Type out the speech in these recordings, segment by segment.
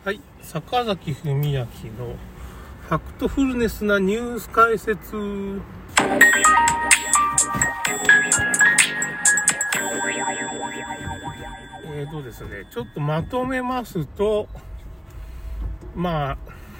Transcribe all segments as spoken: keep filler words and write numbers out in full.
はい、坂崎文明のファクトフルネスなニュース解説。えーとですね、ちょっとまとめますと、まあ、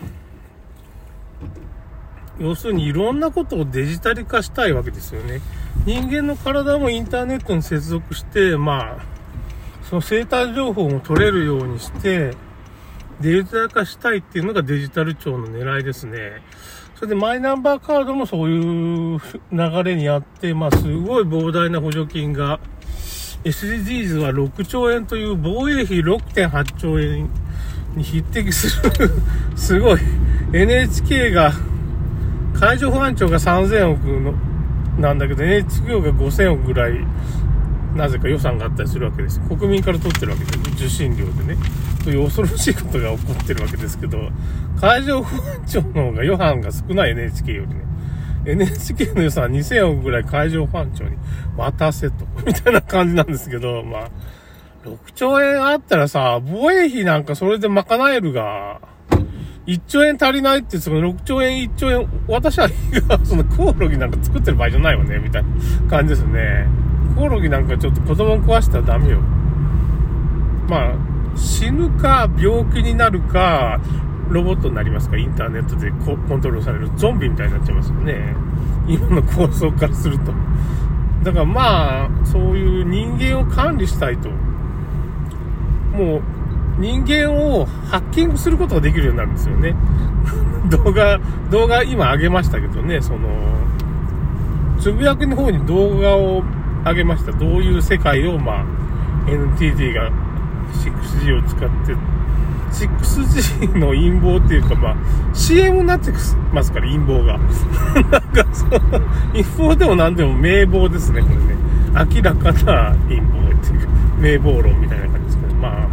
要するにいろんなことをデジタル化したいわけですよね。人間の体もインターネットに接続して、まあ、その生体情報も取れるようにして、デジタル化したいっていうのがデジタル庁の狙いですね。それでマイナンバーカードもそういう流れにあって、まあすごい膨大な補助金が、エスディージーズ はろくちょうえんという防衛費 ろくてんはちちょうえんに匹敵する、すごい。エヌエイチケー が、海上保安庁がさんぜんおくの、なんだけど エヌエイチケー がごせんおくぐらい、なぜか予算があったりするわけです。国民から取ってるわけです。受信料でね。そういう恐ろしいことが起こってるわけですけど、海上保安庁の方が予算が少ない エヌエイチケー よりね。エヌエイチケー の予算はにせんおくぐらい海上保安庁に渡せと。みたいな感じなんですけど、まあ、ろくちょうえんあったらさ、防衛費なんかそれで賄えるが、いっちょうえん足りないって、そのろくちょうえんいっちょうえん、私は、そのコオロギなんか作ってる場合じゃないよね、みたいな感じですね。コオロギなんかちょっと子供を壊したらダメよ。まあ、死ぬか病気になるか、ロボットになりますか、インターネットでコントロールされるゾンビみたいになっちゃいますよね。今の構想からすると。だからまあ、そういう人間を管理したいと。もう、人間をハッキングすることができるようになるんですよね。動画、動画今上げましたけどね、その、つぶやきの方に動画を上げました。どういう世界を、まあ、エヌティーティー が シックスジー を使って、シックスジー の陰謀っていうか、まあ、シーエム になってますから、陰謀が。なんか、その、陰謀でも何でも名簿ですね、これね。明らかな陰謀っていうか、名簿論みたいな感じですけど、まあ、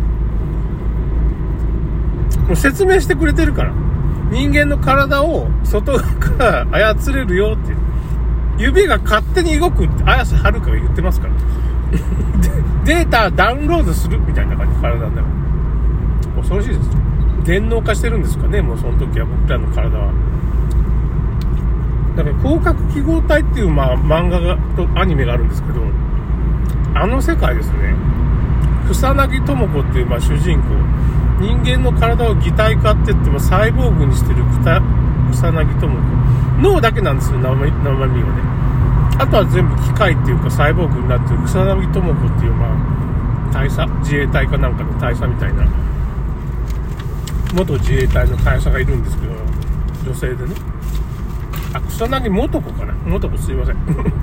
もう説明してくれてるから。人間の体を外側から操れるよって。指が勝手に動くって綾瀬はるかが言ってますからデータダウンロードするみたいな感じで体の中恐ろしいです。電脳化してるんですかね、もうその時は僕らの体は。だから広角機動隊っていうまあ漫画がとアニメがあるんですけど、あの世界ですね。草薙智子っていうまあ主人公、人間の体を擬態化って言ってもサイボーグにしてる草薙智子、脳だけなんですよ、生身がね。あとは全部機械っていうかサイボーグになってる草薙智子っていうまあ大佐、自衛隊かなんかの大佐みたいな元自衛隊の大佐がいるんですけど、女性でね。あ、草薙元子かな、元子すいません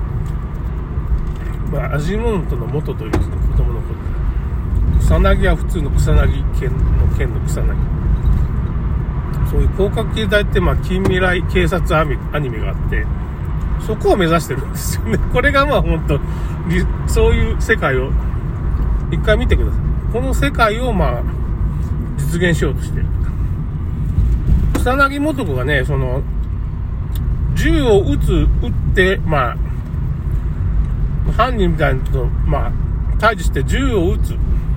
まあ味の素の元という子供の子で、草薙は普通の草薙県の県の草薙。そういう広角機動隊ってまあ近未来警察アニメがあって、そこを目指してるんですよね。これがまあ本当そういう世界を一回見てください。この世界をまあ実現しようとしてる。草薙素子がね、その銃を撃つ撃ってまあ犯人みたいなとまあ対峙して銃を撃つ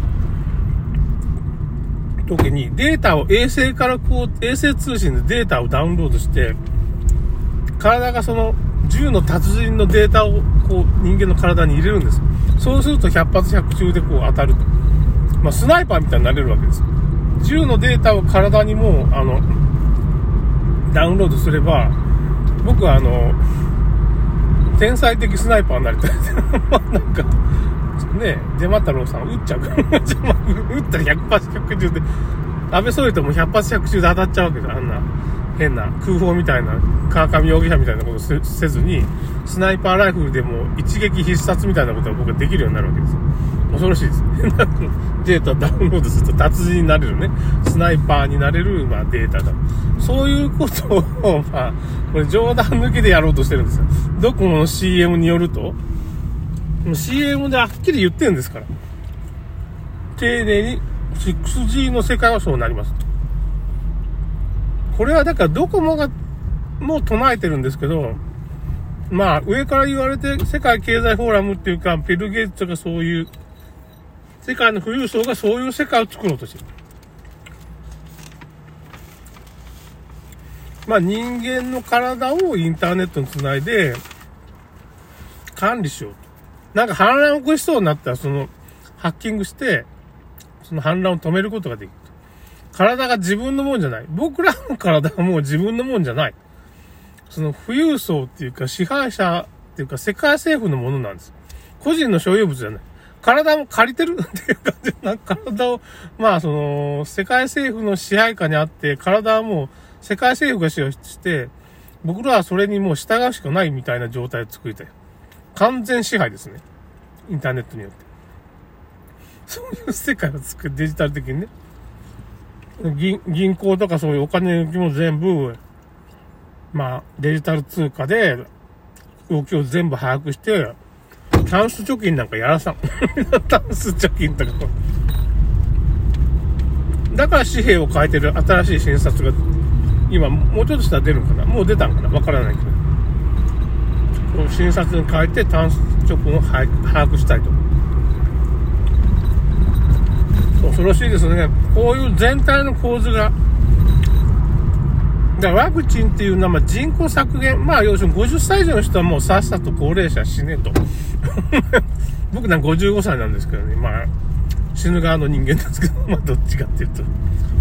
時にデータを衛星からこう衛星通信でデータをダウンロードして、体がその銃の達人のデータをこう人間の体に入れるんです。そうするとひゃくぱつひゃくちゅうでこう当たると、まあスナイパーみたいになれるわけです。銃のデータを体にもあのダウンロードすれば、僕はあの天才的スナイパーになりたいなんかね、デマ太郎さん撃っちゃうから撃ったらひゃくぱつひゃくちゅうで、安倍総理ともひゃくぱつひゃくちゅうで当たっちゃうわけだ。あんな変な空砲みたいな川上容疑者みたいなことをせずに、スナイパーライフルでも一撃必殺みたいなことが僕はできるようになるわけですよ。恐ろしいですデータダウンロードすると達人になれるね、スナイパーになれる、まあ、データだ。そういうことをまあこれ冗談抜きでやろうとしてるんですよ。どこの シーエム によると、シーエム ではっきり言ってるんですから。丁寧に シックスジー の世界はそうなります。これはだからドコモがもう唱えてるんですけど、まあ上から言われて世界経済フォーラムっていうか、ビル・ゲイツとかそういう世界の富裕層がそういう世界を作ろうとしてる。 まあ人間の体をインターネットにつないで管理しようと。なんか反乱を起こしそうになったら、そのハッキングして、その反乱を止めることができると。体が自分のもんじゃない。僕らの体はもう自分のもんじゃない。その富裕層っていうか支配者っていうか世界政府のものなんです。個人の所有物じゃない。体も借りてるっていう感じな、体を、まあその、世界政府の支配下にあって、体はもう世界政府が支配して、僕らはそれにもう従うしかないみたいな状態を作りたい。完全支配ですね。インターネットによって。そういう世界を作る、デジタル的にね。銀、銀行とかそういうお金の動きも全部、まあ、デジタル通貨で動きを全部把握して、タンス貯金なんかやらさん。タンス貯金とか。だから紙幣を変えてる新しい新札が、今もうちょっとしたら出るんかな、もう出たんかなわからないけど。この新札に変えてタンス貯金を把握したいと。恐ろしいですね。こういう全体の構図が。だからワクチンっていうのはまあ人口削減。まあ要するにごじゅっさい以上の人はもうさっさと高齢者死ねと。僕なんかごじゅうごさいなんですけどね。まあ死ぬ側の人間なんですけど、まあどっちかっていうと。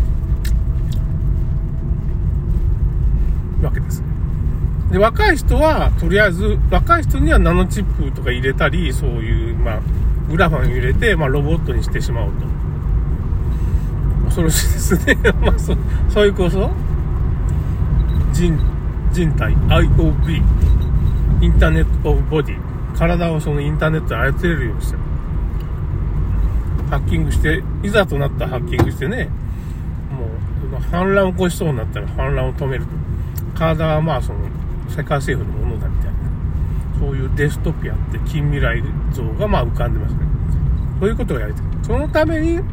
わけです。で、若い人は、とりあえず、若い人にはナノチップとか入れたり、そういう、まあ、グラファン入れて、まあロボットにしてしまおうと。恐ろしいですね。まあそ、そういうこそ、人、人体、アイオービー、インターネットオブボディ、体をそのインターネットで操れるようにして、ハッキングして、いざとなったらハッキングしてね、もう、反乱を起こしそうになったら反乱を止めると。体はまあその、世界政府のものだみたいな。そういうデストピアって近未来像がまあ浮かんでますね。そういうことをやりたい。そのために、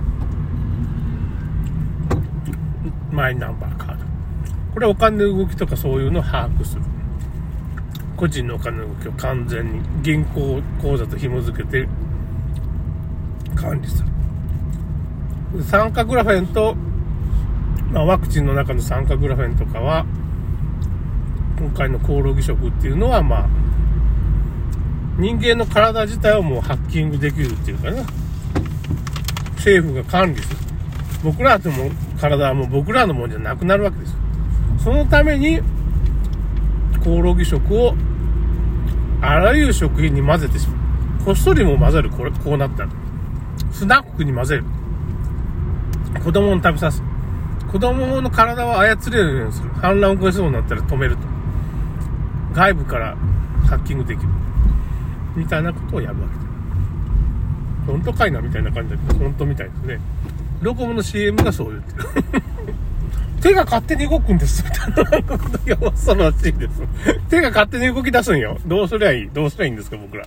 マイナンバーカード。これお金の動きとかそういうのを把握する。個人のお金の動きを完全に銀行口座と紐付けて管理する。酸化グラフェンと、まあ、ワクチンの中の酸化グラフェンとかは、今回のコオロギ食っていうのは、まあ、人間の体自体をもうハッキングできるっていうかね、政府が管理する。僕らとも体はもう僕らのものじゃなくなるわけです。そのために、コオロギ食をあらゆる食品に混ぜてしまう。こっそりも混ぜる。これ、こうなったら。スナックに混ぜる。子供に食べさす。子供の体を操れるようにする。反乱を起こしそうになったら止めると。外部からハッキングできる。みたいなことをやるわけです。本当かいなみたいな感じだけど、本当みたいですね。ドコモの シーエム がそう言ってる。手が勝手に動くんです。みたいなことが恐ろしいです。手が勝手に動き出すんよ。どうすりゃいいどうすりゃいいんですか、僕ら。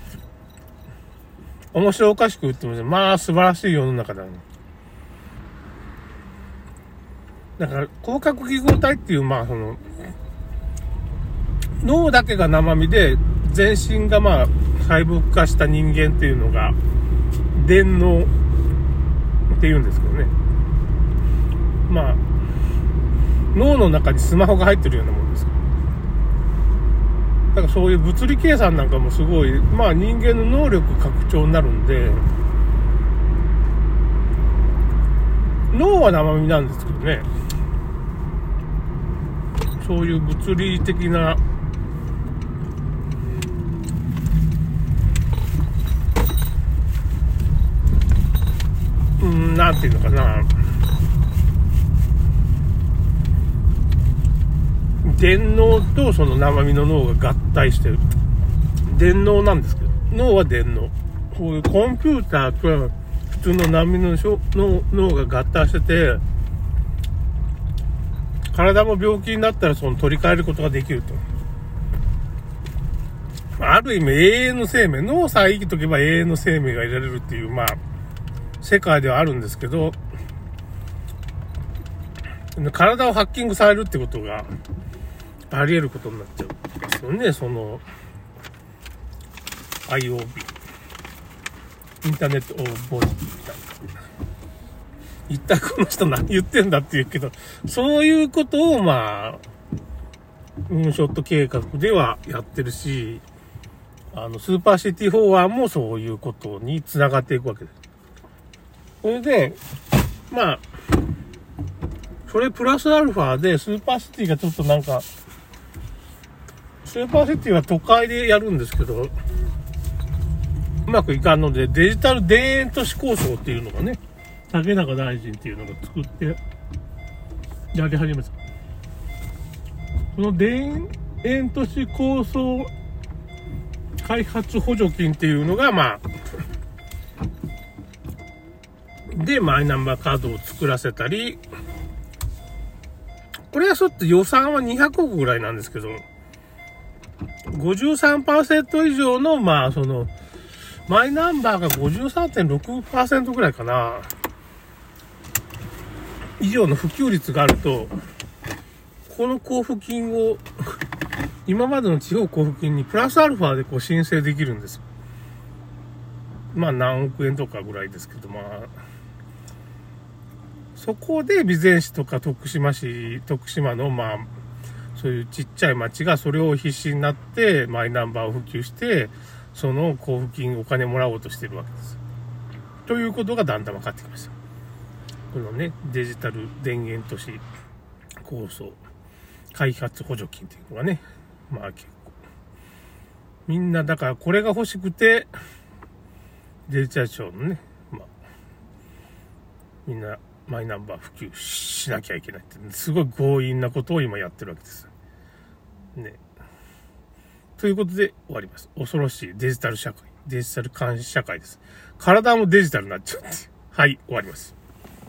面白おかしく言ってもね、まあ素晴らしい世の中だね。だから、広角機動体っていう、まあその、脳だけが生身で、全身がまあ細胞化した人間っていうのが、電脳っていうんですけどね。まあ、脳の中にスマホが入ってるようなもんです。だからそういう物理計算なんかもすごい、まあ人間の能力拡張になるんで、脳は生身なんですけどね。そういう物理的な、うん、なんていうのかな。電脳とその生身の脳が合体してる。電脳なんですけど、脳は電脳。こういうコンピューターと普通の生身の脳が合体してて、体も病気になったらその取り替えることができると。ある意味永遠の生命、脳さえ生きとけば永遠の生命が得られるっていう、まあ、世界ではあるんですけど、体をハッキングされるってことがあり得ることになっちゃうんですよね、その アイオービー インターネットオブボディみたいな。 一体この人何言ってんだって言うけど、そういうことをまあ、ムーンショット計画ではやってるし、あの、スーパーシティ法案もそういうことに繋がっていくわけです。それで、まあ、それプラスアルファでスーパーシティがちょっとなんか、スーパーシティは都会でやるんですけど、うまくいかんので、デジタル田園都市構想っていうのがね、竹中大臣っていうのが作ってやり始めた。その田園都市構想開発補助金っていうのが、まあ、で、マイナンバーカードを作らせたり、これはちょっと予算はにひゃくおくぐらいなんですけど、ごじゅうさんパーセント以上の、まあ、その、マイナンバーが ごじゅうさんてんろくパーセント ぐらいかな、以上の普及率があると、この交付金を、今までの地方交付金にプラスアルファでこう申請できるんです。まあ何億円とかぐらいですけど、まあ、そこで備前市とか徳島市、徳島のまあ、そういうちっちゃい町がそれを必死になってマイナンバーを普及して、その交付金お金もらおうとしてるわけです。ということがだんだん分かってきました。このね、デジタル田園都市構想開発補助金っていうのがね、まあ結構みんなだからこれが欲しくてデジタル庁のね、まあみんなマイナンバー普及しなきゃいけないってすごい強引なことを今やってるわけですね。ということで終わります。恐ろしいデジタル社会、デジタル監視社会です。体もデジタルになっちゃって、はい、終わります。